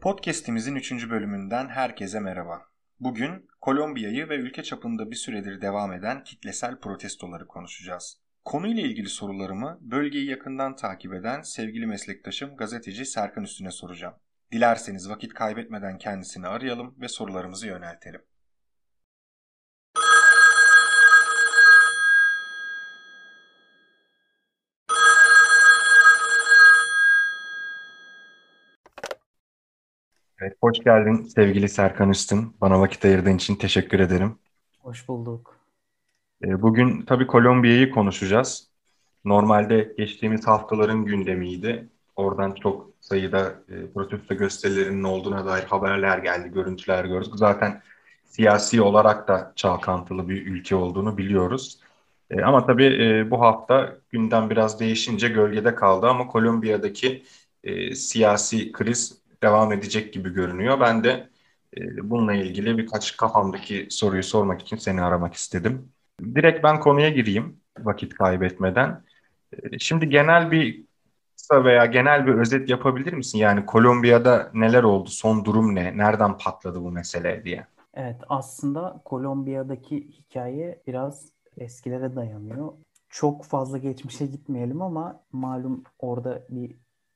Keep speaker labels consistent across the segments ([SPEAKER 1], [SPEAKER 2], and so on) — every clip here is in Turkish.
[SPEAKER 1] Podcast'imizin 3. bölümünden herkese merhaba. Bugün Kolombiya'yı ve ülke çapında bir süredir devam eden kitlesel protestoları konuşacağız. Konuyla ilgili sorularımı bölgeyi yakından takip eden sevgili meslektaşım gazeteci Serkan Üstün'e soracağım. Dilerseniz vakit kaybetmeden kendisini arayalım ve sorularımızı yöneltelim. Evet, hoş geldin sevgili Serkan Üstün. Bana vakit ayırdığın için teşekkür ederim.
[SPEAKER 2] Hoş bulduk.
[SPEAKER 1] Bugün tabii Kolombiya'yı konuşacağız. Normalde geçtiğimiz haftaların gündemiydi. Oradan çok sayıda protesto gösterilerinin olduğuna dair haberler geldi, görüntüler gördük. Zaten siyasi olarak da çalkantılı bir ülke olduğunu biliyoruz. Ama tabii bu hafta gündem biraz değişince gölgede kaldı ama Kolombiya'daki siyasi kriz devam edecek gibi görünüyor. Ben de bununla ilgili birkaç kafamdaki soruyu sormak için seni aramak istedim. Direkt ben konuya gireyim vakit kaybetmeden. Şimdi genel bir kısa veya genel bir özet yapabilir misin? Yani Kolombiya'da neler oldu, son durum ne, nereden patladı bu mesele diye.
[SPEAKER 2] Evet, aslında Kolombiya'daki hikaye biraz eskilere dayanıyor. Çok fazla geçmişe gitmeyelim ama malum orada bir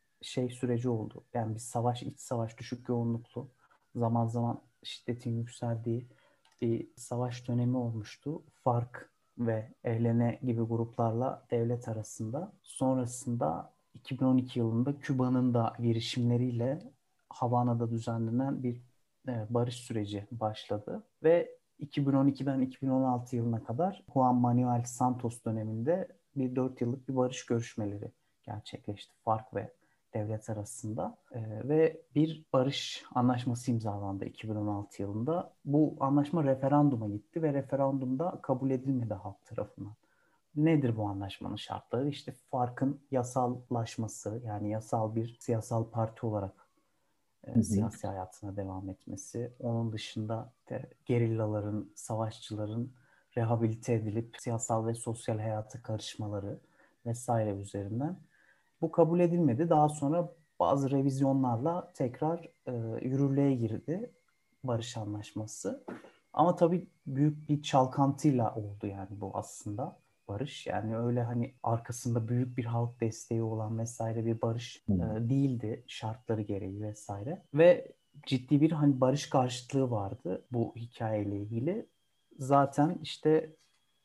[SPEAKER 2] süreci oldu. Yani bir savaş, iç savaş, düşük yoğunluklu, zaman zaman şiddetin yükseldiği bir savaş dönemi olmuştu. FARC ve ELN gibi gruplarla devlet arasında. Sonrasında 2012 yılında Küba'nın da girişimleriyle Havana'da düzenlenen bir barış süreci başladı ve 2012'den 2016 yılına kadar Juan Manuel Santos döneminde bir 4 yıllık bir barış görüşmeleri gerçekleşti FARC ve devlet arasında. Ve bir barış anlaşması imzalandı 2016 yılında. Bu anlaşma referanduma gitti ve referandumda kabul edilmedi halk tarafından. Nedir bu anlaşmanın şartları? İşte FARC'ın yasallaşması, yani yasal bir siyasal parti olarak
[SPEAKER 1] Hı hı.
[SPEAKER 2] siyasi hayatına devam etmesi. Onun dışında de gerillaların, savaşçıların rehabilite edilip siyasal ve sosyal hayata karışmaları vesaire üzerinden. Bu kabul edilmedi. Daha sonra bazı revizyonlarla tekrar yürürlüğe girdi barış anlaşması. Ama tabii büyük bir çalkantıyla oldu yani bu aslında barış. Yani öyle hani arkasında büyük bir halk desteği olan vesaire bir barış
[SPEAKER 1] Hı.
[SPEAKER 2] değildi şartları gereği vesaire. Ve ciddi bir hani barış karşıtlığı vardı bu hikayeyle ilgili. Zaten işte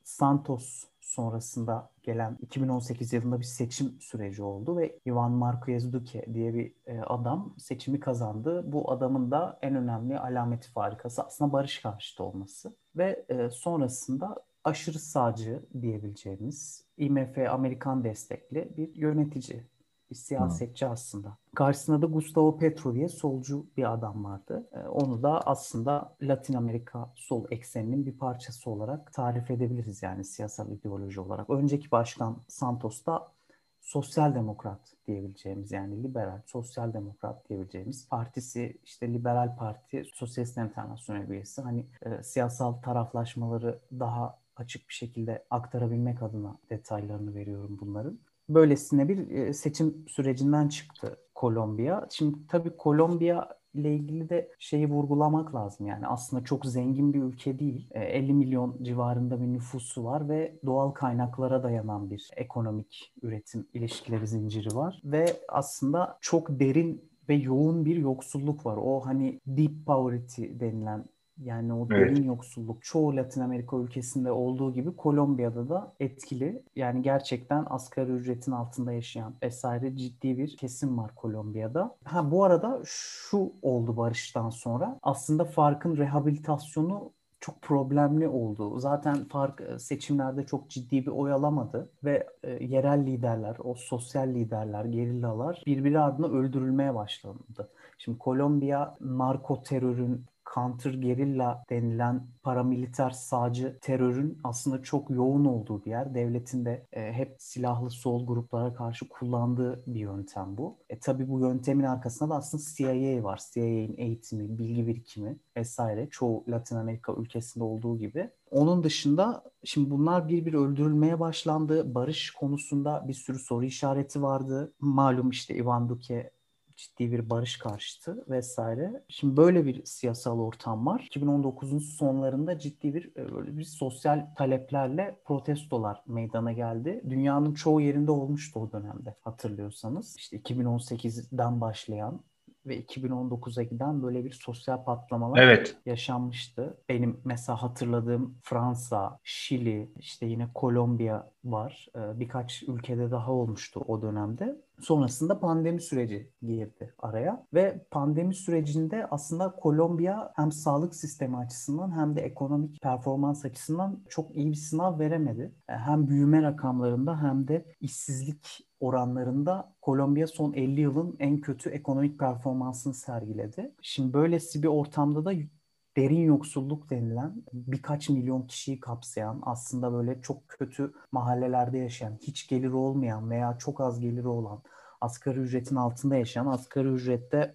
[SPEAKER 2] Santos sonrasında gelen 2018 yılında bir seçim süreci oldu ve Ivan Marquez Duque diye bir adam seçimi kazandı. Bu adamın da en önemli alameti farikası aslında barış karşıtı olması. Ve sonrasında aşırı sağcı diyebileceğimiz IMF Amerikan destekli bir yönetici, bir
[SPEAKER 1] Hı.
[SPEAKER 2] siyasetçi aslında. Karşısında da Gustavo Petro diye solcu bir adam vardı. Onu da aslında Latin Amerika sol ekseninin bir parçası olarak tarif edebiliriz yani siyasal ideoloji olarak. Önceki başkan Santos da sosyal demokrat diyebileceğimiz yani liberal, sosyal demokrat diyebileceğimiz partisi işte Liberal Parti, Sosyalist Enternasyonel üyesi. Hani siyasal taraflaşmaları daha açık bir şekilde aktarabilmek adına detaylarını veriyorum bunların. Böylesine bir seçim sürecinden çıktı Kolombiya. Şimdi tabii Kolombiya ile ilgili de şeyi vurgulamak lazım. Yani aslında çok zengin bir ülke değil. 50 milyon civarında bir nüfusu var ve doğal kaynaklara dayanan bir ekonomik üretim ilişkileri zinciri var. Ve aslında çok derin ve yoğun bir yoksulluk var. O hani deep poverty denilen yani o
[SPEAKER 1] Evet.
[SPEAKER 2] derin yoksulluk çoğu Latin Amerika ülkesinde olduğu gibi Kolombiya'da da etkili. Yani gerçekten asgari ücretin altında yaşayan vesaire ciddi bir kesim var Kolombiya'da. Ha bu arada şu oldu barıştan sonra. Aslında farkın rehabilitasyonu çok problemli oldu. Zaten fark seçimlerde çok ciddi bir oy alamadı ve yerel liderler, o sosyal liderler, gerillalar birbiri ardına öldürülmeye başlandı. Şimdi Kolombiya narko terörün counter gerilla denilen paramiliter sağcı terörün aslında çok yoğun olduğu bir yer. Devletin de hep silahlı sol gruplara karşı kullandığı bir yöntem bu. Tabii bu yöntemin arkasında da aslında CIA var. CIA'nin eğitimi, bilgi birikimi vesaire çoğu Latin Amerika ülkesinde olduğu gibi. Onun dışında şimdi bunlar bir bir öldürülmeye başlandı. Barış konusunda bir sürü soru işareti vardı. Malum işte Ivan Duque ciddi bir barış karşıtı vesaire. Şimdi böyle bir siyasal ortam var. 2019'un sonlarında ciddi bir böyle bir sosyal taleplerle protestolar meydana geldi. Dünyanın çoğu yerinde olmuştu o dönemde hatırlıyorsanız. İşte 2018'den başlayan ve 2019'a giden böyle bir sosyal patlamalar
[SPEAKER 1] Evet.
[SPEAKER 2] yaşanmıştı. Benim mesela hatırladığım Fransa, Şili, işte yine Kolombiya var. Birkaç ülkede daha olmuştu o dönemde. Sonrasında pandemi süreci girdi araya ve pandemi sürecinde aslında Kolombiya hem sağlık sistemi açısından hem de ekonomik performans açısından çok iyi bir sınav veremedi. Hem büyüme rakamlarında hem de işsizlik oranlarında Kolombiya son 50 yılın en kötü ekonomik performansını sergiledi. Şimdi böylesi bir ortamda da derin yoksulluk denilen birkaç milyon kişiyi kapsayan aslında böyle çok kötü mahallelerde yaşayan, hiç geliri olmayan veya çok az geliri olan, asgari ücretin altında yaşayan, asgari ücrette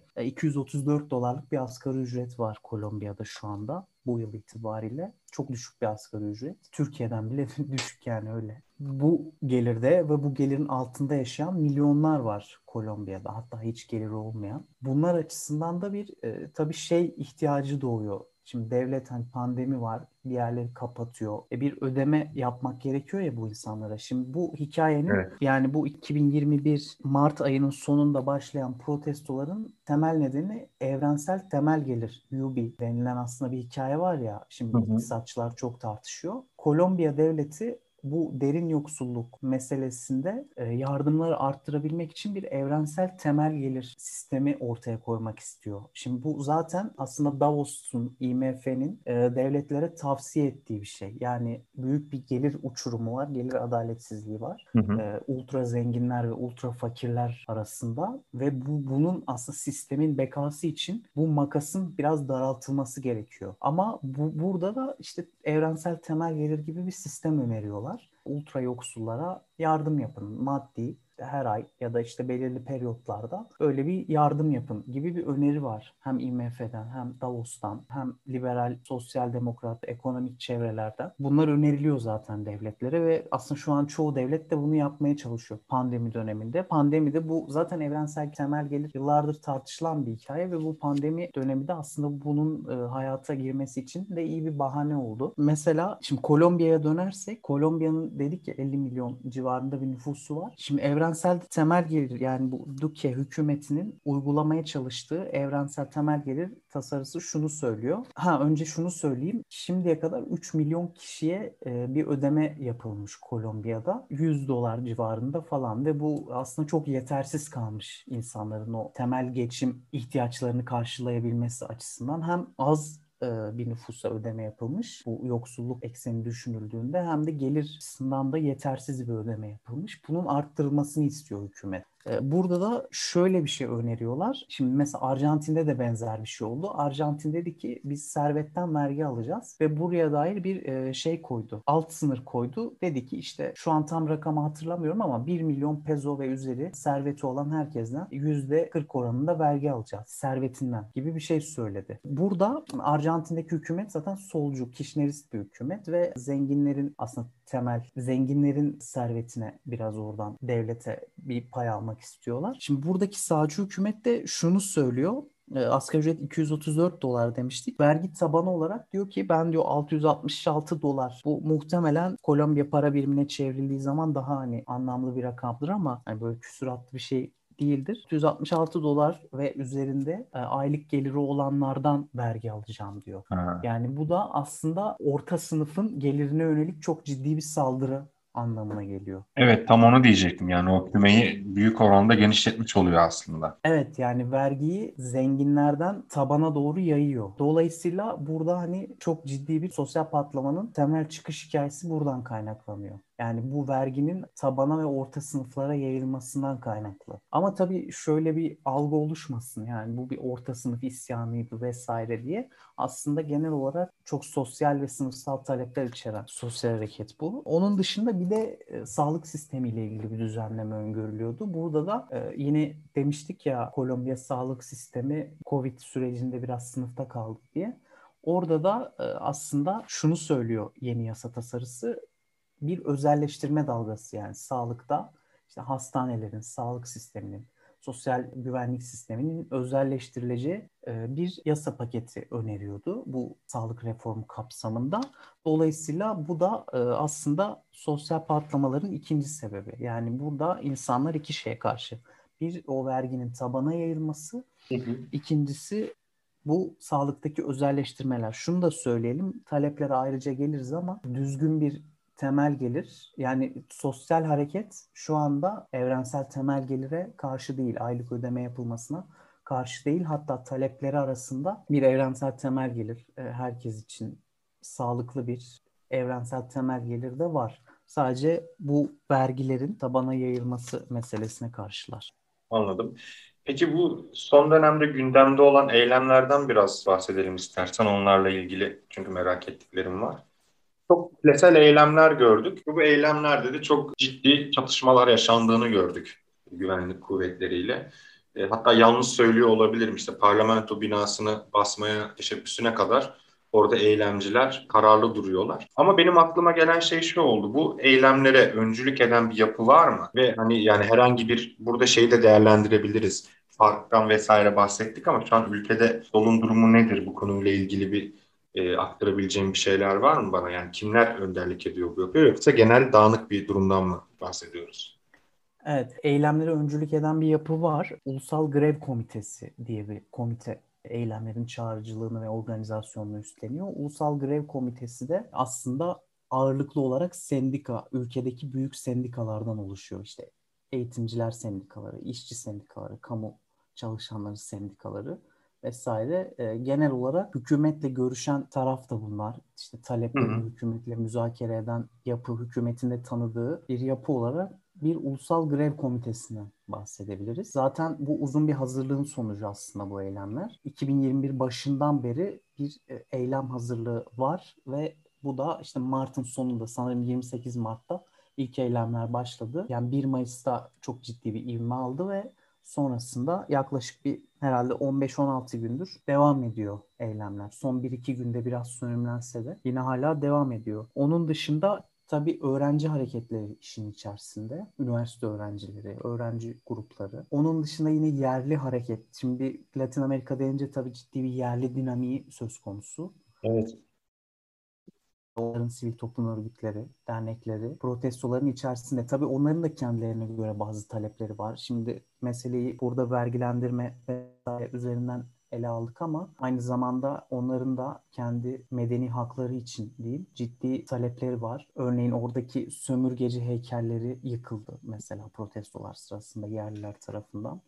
[SPEAKER 2] 234 dolarlık bir asgari ücret var Kolombiya'da şu anda bu yıl itibariyle. Çok düşük bir asgari ücret. Türkiye'den bile düşük yani öyle. Bu gelirde ve bu gelirin altında yaşayan milyonlar var Kolombiya'da, hatta hiç geliri olmayan. Bunlar açısından da bir tabii ihtiyacı doğuyor. Şimdi devlet hani pandemi var, bir yerleri kapatıyor. Bir ödeme yapmak gerekiyor ya bu insanlara. Şimdi bu hikayenin
[SPEAKER 1] Evet.
[SPEAKER 2] yani bu 2021 Mart ayının sonunda başlayan protestoların temel nedeni evrensel temel gelir UBI denilen aslında bir hikaye var ya. Şimdi
[SPEAKER 1] Hı hı.
[SPEAKER 2] iktisatçılar çok tartışıyor. Kolombiya devleti bu derin yoksulluk meselesinde yardımları arttırabilmek için bir evrensel temel gelir sistemi ortaya koymak istiyor. Şimdi bu zaten aslında Davos'un, IMF'nin devletlere tavsiye ettiği bir şey. Yani büyük bir gelir uçurumu var, gelir adaletsizliği var.
[SPEAKER 1] Hı hı.
[SPEAKER 2] Ultra zenginler ve ultra fakirler arasında ve bunun aslında sistemin bekası için bu makasın biraz daraltılması gerekiyor. Ama burada da işte evrensel temel gelir gibi bir sistem öneriyorlar. Ultra yoksullara yardım yapın, maddi her ay ya da işte belirli periyotlarda öyle bir yardım yapın gibi bir öneri var. Hem IMF'den hem Davos'tan hem liberal, sosyal demokrat, ekonomik çevrelerden. Bunlar öneriliyor zaten devletlere ve aslında şu an çoğu devlet de bunu yapmaya çalışıyor pandemi döneminde. Pandemide bu zaten evrensel temel gelir yıllardır tartışılan bir hikaye ve bu pandemi dönemi de aslında bunun hayata girmesi için de iyi bir bahane oldu. Mesela şimdi Kolombiya'ya dönersek, Kolombiya'nın dedik ya 50 milyon civarında bir nüfusu var. Şimdi evrensel temel gelir yani bu Duque hükümetinin uygulamaya çalıştığı evrensel temel gelir tasarısı şunu söylüyor. Önce şunu söyleyeyim. Şimdiye kadar 3 milyon kişiye bir ödeme yapılmış Kolombiya'da. 100 dolar civarında falan ve bu aslında çok yetersiz kalmış insanların o temel geçim ihtiyaçlarını karşılayabilmesi açısından. Hem az bir nüfusa ödeme yapılmış. Bu yoksulluk ekseni düşünüldüğünde hem de gelir açısından da yetersiz bir ödeme yapılmış. Bunun arttırılmasını istiyor hükümet. Burada da şöyle bir şey öneriyorlar. Şimdi mesela Arjantin'de de benzer bir şey oldu. Arjantin dedi ki biz servetten vergi alacağız ve buraya dair bir şey koydu. Alt sınır koydu. Dedi ki işte şu an tam rakamı hatırlamıyorum ama 1 milyon peso ve üzeri serveti olan herkesten %40 oranında vergi alacağız. Servetinden gibi bir şey söyledi. Burada Arjantin'deki hükümet zaten solcu, Kirchnerist bir hükümet ve zenginlerin aslında zenginlerin servetine biraz oradan devlete bir pay almak istiyorlar. Şimdi buradaki sağcı hükümet de şunu söylüyor. Asgari ücret 234 dolar demiştik. Vergi tabanı olarak diyor ki ben diyor 666 dolar. Bu muhtemelen Kolombiya para birimine çevrildiği zaman daha hani anlamlı bir rakamdır ama hani böyle küsuratlı bir şey değildir. 166 dolar ve üzerinde aylık geliri olanlardan vergi alacağım diyor.
[SPEAKER 1] Ha.
[SPEAKER 2] Yani bu da aslında orta sınıfın gelirine yönelik çok ciddi bir saldırı anlamına geliyor.
[SPEAKER 1] Evet, tam onu diyecektim. Yani o kümeyi büyük oranda genişletmiş oluyor aslında.
[SPEAKER 2] Evet yani vergiyi zenginlerden tabana doğru yayıyor. Dolayısıyla burada hani çok ciddi bir sosyal patlamanın temel çıkış hikayesi buradan kaynaklanıyor. Yani bu verginin tabana ve orta sınıflara yayılmasından kaynaklı. Ama tabii şöyle bir algı oluşmasın yani bu bir orta sınıf isyanıydı vesaire diye. Aslında genel olarak çok sosyal ve sınıfsal talepler içeren sosyal hareket bu. Onun dışında bir de sağlık sistemiyle ilgili bir düzenleme öngörülüyordu. Burada da yine demiştik ya Kolombiya sağlık sistemi Covid sürecinde biraz sınıfta kaldı diye. Orada da aslında şunu söylüyor yeni yasa tasarısı bir özelleştirme dalgası yani sağlıkta işte hastanelerin, sağlık sisteminin, sosyal güvenlik sisteminin özelleştirileceği bir yasa paketi öneriyordu bu sağlık reformu kapsamında. Dolayısıyla bu da aslında sosyal patlamaların ikinci sebebi. Yani burada insanlar iki şeye karşı. Bir, o verginin tabana yayılması.
[SPEAKER 1] Hı hı.
[SPEAKER 2] İkincisi bu sağlıktaki özelleştirmeler. Şunu da söyleyelim, taleplere ayrıca geliriz ama düzgün bir temel gelir. Yani sosyal hareket şu anda evrensel temel gelire karşı değil, aylık ödeme yapılmasına karşı değil. Hatta talepleri arasında bir evrensel temel gelir herkes için sağlıklı bir evrensel temel gelir de var. Sadece bu vergilerin tabana yayılması meselesine karşılar.
[SPEAKER 1] Anladım. Peki bu son dönemde gündemde olan eylemlerden biraz bahsedelim istersen onlarla ilgili çünkü merak ettiklerim var. Çok kitlesel eylemler gördük. Bu eylemlerde de çok ciddi çatışmalar yaşandığını gördük güvenlik kuvvetleriyle. Hatta yanlış söylüyor olabilirim işte parlamento binasını basmaya teşebbüsüne kadar orada eylemciler kararlı duruyorlar. Ama benim aklıma gelen şey şu oldu. Bu eylemlere öncülük eden bir yapı var mı? Ve hani yani herhangi bir burada şeyi de değerlendirebiliriz. Farktan vesaire bahsettik ama şu an ülkede solun durumu nedir bu konuyla ilgili bir aktarabileceğim bir şeyler var mı bana? Yani kimler önderlik ediyor bu yapıyor yoksa genel dağınık bir durumdan mı bahsediyoruz?
[SPEAKER 2] Evet, eylemlere öncülük eden bir yapı var. Ulusal Grev Komitesi diye bir komite eylemlerin çağrıcılığını ve organizasyonunu üstleniyor. Ulusal Grev Komitesi de aslında ağırlıklı olarak sendika, ülkedeki büyük sendikalardan oluşuyor. İşte eğitimciler sendikaları, işçi sendikaları, kamu çalışanları sendikaları vesaire. Genel olarak hükümetle görüşen taraf da bunlar. İşte
[SPEAKER 1] Hı hı.
[SPEAKER 2] taleplerini hükümetle müzakere eden yapı, hükümetin de tanıdığı bir yapı olarak bir ulusal grev komitesinden bahsedebiliriz. Zaten bu uzun bir hazırlığın sonucu aslında bu eylemler. 2021 başından beri bir eylem hazırlığı var ve bu da işte Mart'ın sonunda sanırım 28 Mart'ta ilk eylemler başladı. Yani 1 Mayıs'ta çok ciddi bir ivme aldı ve sonrasında yaklaşık bir herhalde 15-16 gündür devam ediyor eylemler. Son 1-2 günde biraz sönümlense de yine hala devam ediyor. Onun dışında tabii öğrenci hareketleri işin içerisinde. Üniversite öğrencileri, öğrenci grupları. Onun dışında yine yerli hareket. Şimdi Latin Amerika deyince tabii ciddi bir yerli dinamiği söz konusu.
[SPEAKER 1] Evet.
[SPEAKER 2] Onların sivil toplum örgütleri, dernekleri, protestoların içerisinde tabii onların da kendilerine göre bazı talepleri var. Şimdi meseleyi burada vergilendirme vesaire üzerinden ele aldık ama aynı zamanda onların da kendi medeni hakları için diyeyim ciddi talepleri var. Örneğin oradaki sömürgeci heykelleri yıkıldı mesela protestolar sırasında yerliler tarafından.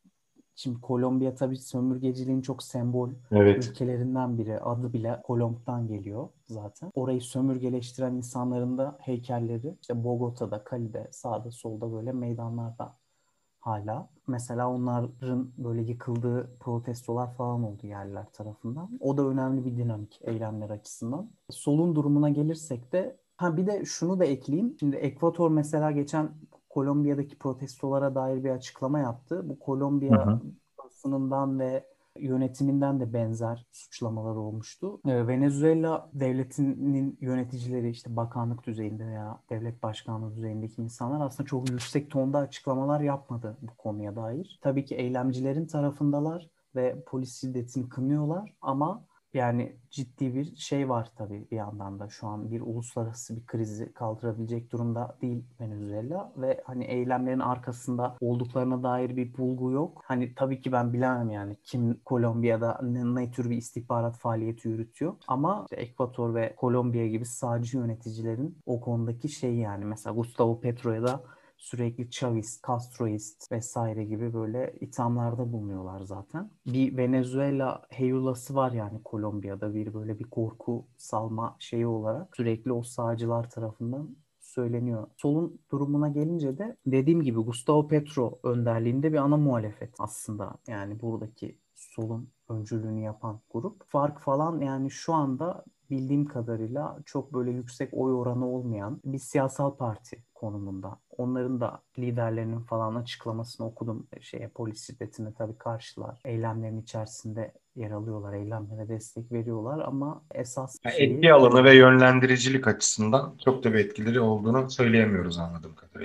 [SPEAKER 2] Şimdi Kolombiya tabii sömürgeciliğin çok sembol
[SPEAKER 1] Evet.
[SPEAKER 2] ülkelerinden biri. Adı bile Kolomb'dan geliyor zaten. Orayı sömürgeleştiren insanların da heykelleri işte Bogota'da, Cali'de, sağda solda böyle meydanlarda hala. Mesela onların böyle yıkıldığı protestolar falan oldu yerliler tarafından. O da önemli bir dinamik eylemler açısından. Solun durumuna gelirsek de bir de şunu da ekleyeyim. Şimdi Ekvator mesela geçen Kolombiya'daki protestolara dair bir açıklama yaptı. Bu
[SPEAKER 1] Hı
[SPEAKER 2] Kolombiya
[SPEAKER 1] hı.
[SPEAKER 2] basınından ve yönetiminden de benzer suçlamalar olmuştu. Venezuela devletinin yöneticileri işte bakanlık düzeyinde veya devlet başkanlığı düzeyindeki insanlar aslında çok yüksek tonda açıklamalar yapmadı bu konuya dair. Tabii ki eylemcilerin tarafındalar ve polis şiddetini kınıyorlar ama yani ciddi bir şey var tabii bir yandan da şu an bir uluslararası bir krizi kaldırabilecek durumda değil Venezuela ve hani eylemlerin arkasında olduklarına dair bir bulgu yok. Hani tabii ki ben bilemem yani kim Kolombiya'da ne tür bir istihbarat faaliyeti yürütüyor ama işte Ekvator ve Kolombiya gibi sağcı yöneticilerin o konudaki şey yani mesela Gustavo Petro'ya da sürekli Chavist, Castroist vesaire gibi böyle ithamlarda bulunuyorlar zaten. Bir Venezuela heyulası var yani Kolombiya'da bir böyle bir korku salma şeyi olarak sürekli o sağcılar tarafından söyleniyor. Solun durumuna gelince de dediğim gibi Gustavo Petro önderliğinde bir ana muhalefet aslında. Yani buradaki solun öncülüğünü yapan grup. Fark falan yani şu anda bildiğim kadarıyla çok böyle yüksek oy oranı olmayan bir siyasal parti konumunda. Onların da liderlerinin falan açıklamasını okudum. Polis şiddetine tabii karşılar. Eylemlerin içerisinde yer alıyorlar. Eylemlere destek veriyorlar ama esas
[SPEAKER 1] Yani etki
[SPEAKER 2] şeyi
[SPEAKER 1] alanı ve yönlendiricilik açısından çok da bir etkileri olduğunu söyleyemiyoruz anladığım kadarıyla.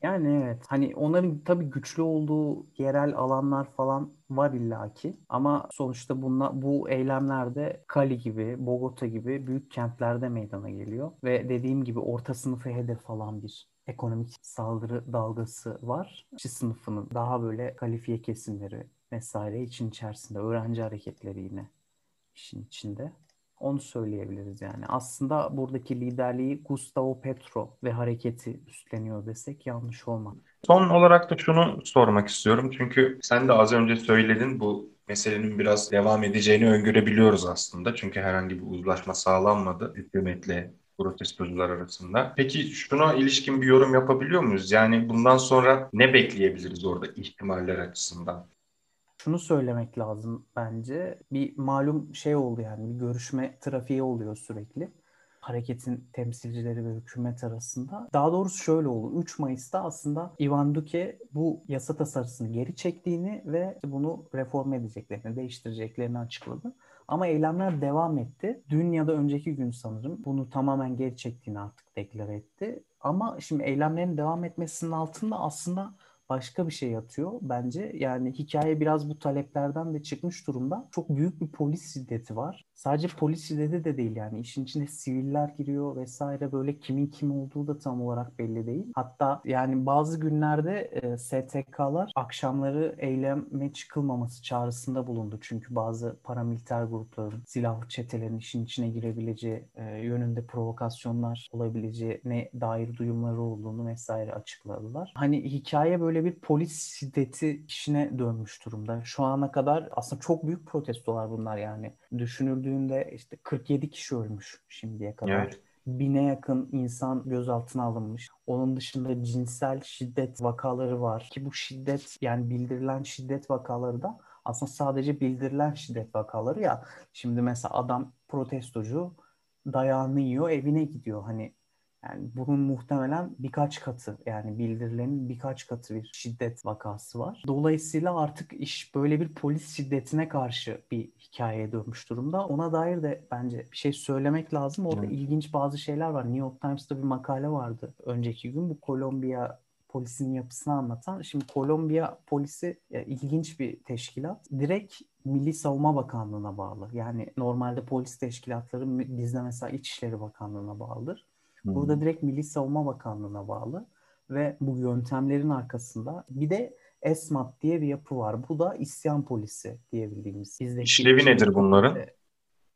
[SPEAKER 2] Yani evet. Hani onların tabii güçlü olduğu yerel alanlar falan var illaki. Ama sonuçta bu eylemler de Cali gibi, Bogota gibi büyük kentlerde meydana geliyor. Ve dediğim gibi orta sınıfı hedef alan bir ekonomik saldırı dalgası var. İşçi sınıfının daha böyle kalifiye kesimleri vesaire için içerisinde. Öğrenci hareketleri yine işin içinde. Onu söyleyebiliriz yani. Aslında buradaki liderliği Gustavo Petro ve hareketi üstleniyor desek yanlış olmaz.
[SPEAKER 1] Son olarak da şunu sormak istiyorum. Çünkü sen de az önce söyledin, bu meselenin biraz devam edeceğini öngörebiliyoruz aslında. Çünkü herhangi bir uzlaşma sağlanmadı hükümetle protestocular arasında. Peki şuna ilişkin bir yorum yapabiliyor muyuz? Yani bundan sonra ne bekleyebiliriz orada ihtimaller açısından?
[SPEAKER 2] Şunu söylemek lazım bence. Bir malum şey oldu yani bir görüşme trafiği oluyor sürekli. Hareketin temsilcileri ve hükümet arasında. Daha doğrusu şöyle oldu. 3 Mayıs'ta aslında Ivan Duque bu yasa tasarısını geri çektiğini ve bunu reform edeceklerini, değiştireceklerini açıkladı. Ama eylemler devam etti. Dün ya da önceki gün sanırım bunu tamamen geri çektiğini artık deklare etti. Ama şimdi eylemlerin devam etmesinin altında aslında başka bir şey yatıyor bence. Yani hikaye biraz bu taleplerden de çıkmış durumda. Çok büyük bir polis şiddeti var. Sadece polis şiddeti de değil yani işin içine siviller giriyor vesaire, böyle kimin kim olduğu da tam olarak belli değil. Hatta yani bazı günlerde STK'lar akşamları eyleme çıkılmaması çağrısında bulundu. Çünkü bazı paramiliter grupların, silahlı çetelerin işin içine girebileceği yönünde provokasyonlar olabileceğine dair duyumları olduğunu vesaire açıkladılar. Hani hikaye böyle bir polis şiddeti işine dönmüş durumda. Şu ana kadar aslında çok büyük protestolar bunlar yani. Düşünüldüğünde işte 47 kişi ölmüş şimdiye kadar.
[SPEAKER 1] Evet.
[SPEAKER 2] Bine yakın insan gözaltına alınmış. Onun dışında cinsel şiddet vakaları var ki bu şiddet yani bildirilen şiddet vakaları da aslında sadece bildirilen şiddet vakaları ya. Şimdi mesela adam protestocu dayağını yiyor, evine gidiyor. Hani yani bunun muhtemelen birkaç katı yani bildirilenin birkaç katı bir şiddet vakası var. Dolayısıyla artık iş böyle bir polis şiddetine karşı bir hikayeye dönmüş durumda. Ona dair de bence bir şey söylemek lazım. Orada
[SPEAKER 1] Evet.
[SPEAKER 2] ilginç bazı şeyler var. New York Times'ta bir makale vardı önceki gün. Bu Kolombiya polisinin yapısını anlatan. Şimdi Kolombiya polisi ilginç bir teşkilat. Direkt Milli Savunma Bakanlığı'na bağlı. Yani normalde polis teşkilatları bizde mesela İçişleri Bakanlığı'na bağlıdır. Burada
[SPEAKER 1] Hmm.
[SPEAKER 2] direkt Milli Savunma Bakanlığı'na bağlı ve bu yöntemlerin arkasında bir de ESMAD diye bir yapı var. Bu da isyan polisi diyebildiğimiz. Bizdeki
[SPEAKER 1] İşlevi nedir
[SPEAKER 2] çevik
[SPEAKER 1] bunların?
[SPEAKER 2] kuvvete.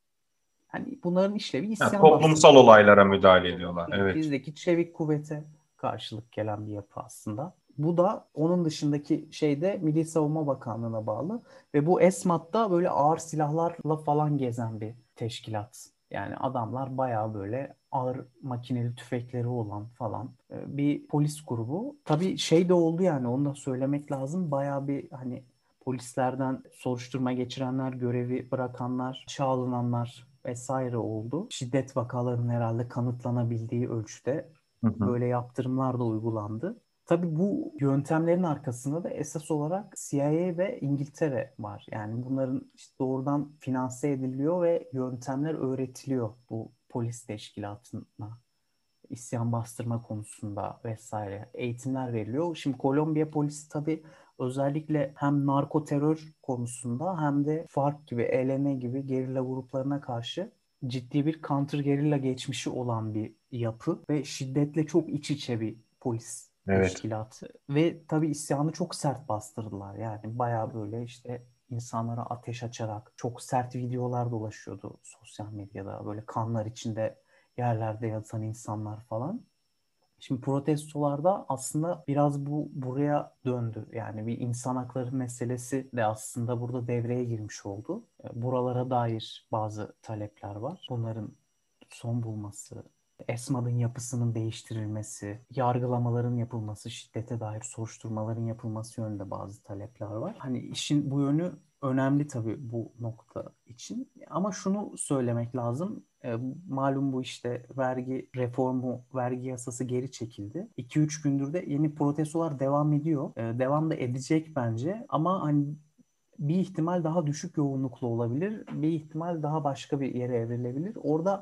[SPEAKER 2] Yani bunların işlevi
[SPEAKER 1] Ha,
[SPEAKER 2] isyan
[SPEAKER 1] toplumsal
[SPEAKER 2] bastırmak.
[SPEAKER 1] olaylara müdahale ediyorlar. Evet.
[SPEAKER 2] Bizdeki çevik kuvvete karşılık gelen bir yapı aslında. Bu da onun dışındaki şeyde Milli Savunma Bakanlığı'na bağlı ve bu ESMAD'da böyle ağır silahlarla falan gezen bir teşkilat. Yani adamlar bayağı böyle ağır makineli tüfekleri olan falan bir polis grubu. Tabii şey de oldu yani onu da söylemek lazım. Bayağı bir hani polislerden soruşturma geçirenler, görevi bırakanlar, işe alınanlar vesaire oldu. Şiddet vakalarının herhalde kanıtlanabildiği ölçüde
[SPEAKER 1] Hı hı.
[SPEAKER 2] böyle yaptırımlar da uygulandı. Tabii bu yöntemlerin arkasında da esas olarak CIA ve İngiltere var. Yani bunların işte doğrudan finanse ediliyor ve yöntemler öğretiliyor bu polis teşkilatına. İsyan bastırma konusunda vesaire eğitimler veriliyor. Şimdi Kolombiya polisi tabii özellikle hem narko terör konusunda hem de FARC gibi, ELN gibi gerilla gruplarına karşı ciddi bir counter gerilla geçmişi olan bir yapı ve şiddetle çok iç içe bir polis
[SPEAKER 1] Evet.
[SPEAKER 2] teşkilatı. Ve tabii isyanı çok sert bastırdılar. Yani bayağı böyle işte insanlara ateş açarak çok sert videolar dolaşıyordu sosyal medyada. Böyle kanlar içinde yerlerde yatan insanlar falan. Şimdi protestolarda aslında biraz bu buraya döndü. Yani bir insan hakları meselesi de aslında burada devreye girmiş oldu. Buralara dair bazı talepler var. Bunların son bulması, ESMAD'ın yapısının değiştirilmesi, yargılamaların yapılması, şiddete dair soruşturmaların yapılması yönünde bazı talepler var. Hani işin bu yönü önemli tabii bu nokta için. Ama şunu söylemek lazım. Malum bu işte vergi reformu, vergi yasası geri çekildi. 2-3 gündür de yeni protestolar devam ediyor. Devam da edecek bence. Ama hani bir ihtimal daha düşük yoğunluklu olabilir. Bir ihtimal daha başka bir yere evrilebilir. Orada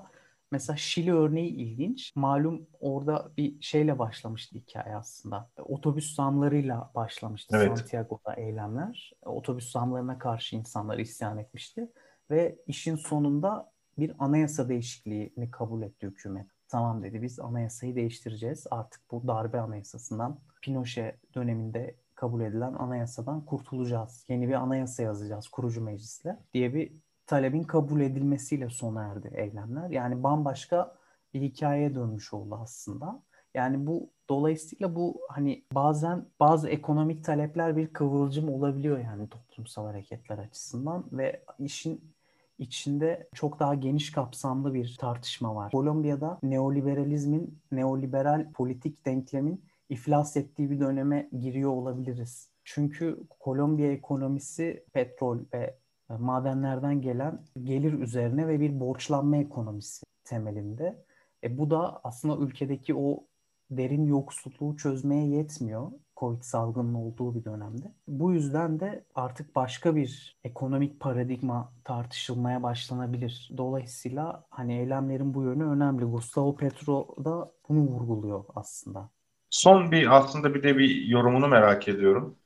[SPEAKER 2] Mesela Şili örneği ilginç. Malum orada bir şeyle başlamıştı hikaye aslında. Otobüs zamlarıyla başlamıştı
[SPEAKER 1] Evet.
[SPEAKER 2] Santiago'da eylemler. Otobüs zamlarına karşı insanlar isyan etmişti. Ve işin sonunda bir anayasa değişikliğini kabul etti hükümet. Tamam dedi, biz anayasayı değiştireceğiz. Artık bu darbe anayasasından, Pinochet döneminde kabul edilen anayasadan kurtulacağız. Yeni bir anayasa yazacağız kurucu meclisle diye bir talebin kabul edilmesiyle sona erdi eylemler. Yani bambaşka bir hikayeye dönmüş oldu aslında. Yani bu dolayısıyla bu hani bazen bazı ekonomik talepler bir kıvılcım olabiliyor yani toplumsal hareketler açısından ve işin içinde çok daha geniş kapsamlı bir tartışma var. Kolombiya'da neoliberalizmin, neoliberal politik denklemin iflas ettiği bir döneme giriyor olabiliriz. Çünkü Kolombiya ekonomisi petrol ve madenlerden gelen gelir üzerine ve bir borçlanma ekonomisi temelinde. Bu da aslında ülkedeki o derin yoksulluğu çözmeye yetmiyor. Covid salgının olduğu bir dönemde. Bu yüzden de artık başka bir ekonomik paradigma tartışılmaya başlanabilir. Dolayısıyla hani eylemlerin bu yönü önemli. Gustavo Petro da bunu vurguluyor aslında.
[SPEAKER 1] Son bir aslında bir de bir yorumunu merak ediyorum.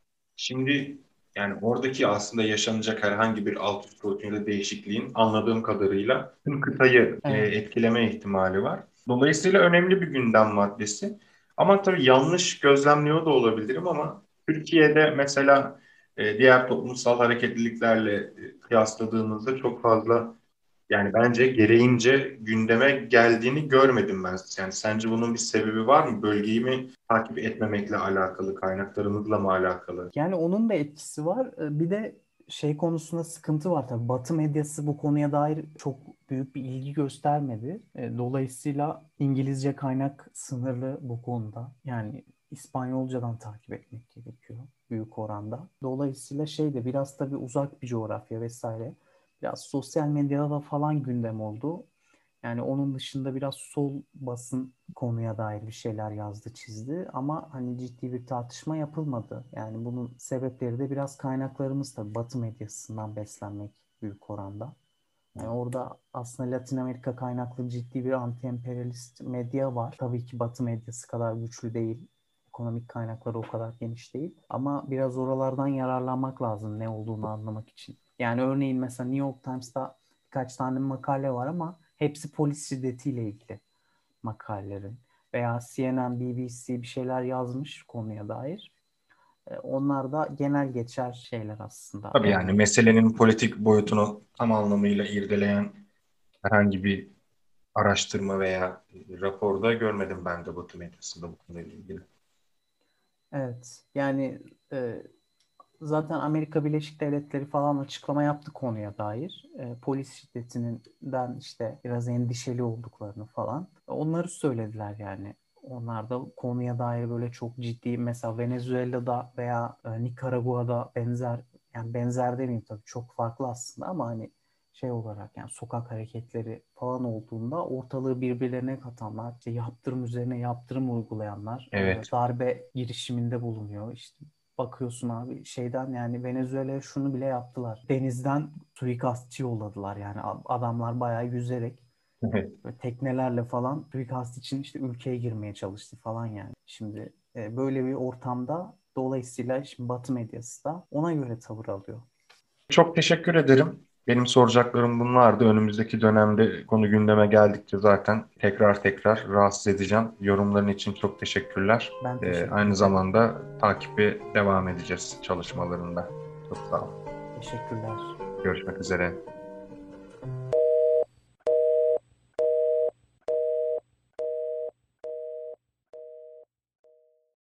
[SPEAKER 1] Şimdi yani oradaki aslında yaşanacak herhangi bir alt üst proteinde değişikliğin anladığım kadarıyla tüm kıtayı
[SPEAKER 2] Evet.
[SPEAKER 1] etkileme ihtimali var. Dolayısıyla önemli bir gündem maddesi. Ama tabii yanlış gözlemliyor da olabilirim ama Türkiye'de mesela diğer toplumsal hareketliliklerle kıyasladığımızda çok fazla yani bence gereğince gündeme geldiğini görmedim ben. Yani sence bunun bir sebebi var mı? Bölgeyi mi takip etmemekle alakalı, kaynaklarımızla mı alakalı?
[SPEAKER 2] Yani onun da etkisi var. Bir de şey konusunda sıkıntı var tabii. Batı medyası bu konuya dair çok büyük bir ilgi göstermedi. Dolayısıyla İngilizce kaynak sınırlı bu konuda. Yani İspanyolcadan takip etmek gerekiyor büyük oranda. Dolayısıyla şey de biraz tabii uzak bir coğrafya vesaire. Biraz sosyal medyada da falan gündem oldu. Yani onun dışında biraz sol basın konuya dair bir şeyler yazdı, çizdi ama hani ciddi bir tartışma yapılmadı. Yani bunun sebepleri de biraz kaynaklarımız tabii Batı medyasından beslenmek büyük oranda. Yani orada aslında Latin Amerika kaynaklı ciddi bir anti-emperyalist medya var. Tabii ki Batı medyası kadar güçlü değil. Ekonomik kaynakları o kadar geniş değil. Ama biraz oralardan yararlanmak lazım ne olduğunu anlamak için. Yani örneğin mesela New York Times'ta birkaç tane makale var ama hepsi polis şiddetiyle ilgili makalelerin. Veya CNN, BBC bir şeyler yazmış konuya dair. Onlar da genel geçer şeyler aslında,
[SPEAKER 1] Tabii yani
[SPEAKER 2] örnekler.
[SPEAKER 1] meselenin politik boyutunu tam anlamıyla irdeleyen herhangi bir araştırma veya raporda görmedim ben de Batı medyasında bu konuyla ilgili.
[SPEAKER 2] Evet. Yani zaten Amerika Birleşik Devletleri falan açıklama yaptı konuya dair. Polis şiddetinden işte biraz endişeli olduklarını falan. Onları söylediler yani. Onlar da konuya dair böyle çok ciddi mesela Venezuela'da veya Nikaragua'da benzer yani benzer demeyeyim tabii çok farklı aslında ama hani şey olarak yani sokak hareketleri falan olduğunda ortalığı birbirlerine katanlar, işte yaptırım üzerine yaptırım uygulayanlar,
[SPEAKER 1] Evet.
[SPEAKER 2] darbe girişiminde bulunuyor. İşte bakıyorsun abi şeyden yani Venezuela'ya şunu bile yaptılar. Denizden suikastçı yolladılar yani adamlar bayağı yüzerek böyle teknelerle falan suikast için işte ülkeye girmeye çalıştı falan yani. Şimdi böyle bir ortamda dolayısıyla şimdi Batı medyası da ona göre tavır alıyor.
[SPEAKER 1] Çok teşekkür ederim. Benim soracaklarım bunlardı. Önümüzdeki dönemde konu gündeme geldikçe zaten tekrar tekrar rahatsız edeceğim. Yorumların için çok teşekkürler.
[SPEAKER 2] Ben teşekkür
[SPEAKER 1] Aynı
[SPEAKER 2] ederim.
[SPEAKER 1] zamanda takibe devam edeceğiz çalışmalarında. Çok sağ olun.
[SPEAKER 2] Teşekkürler.
[SPEAKER 1] Görüşmek üzere.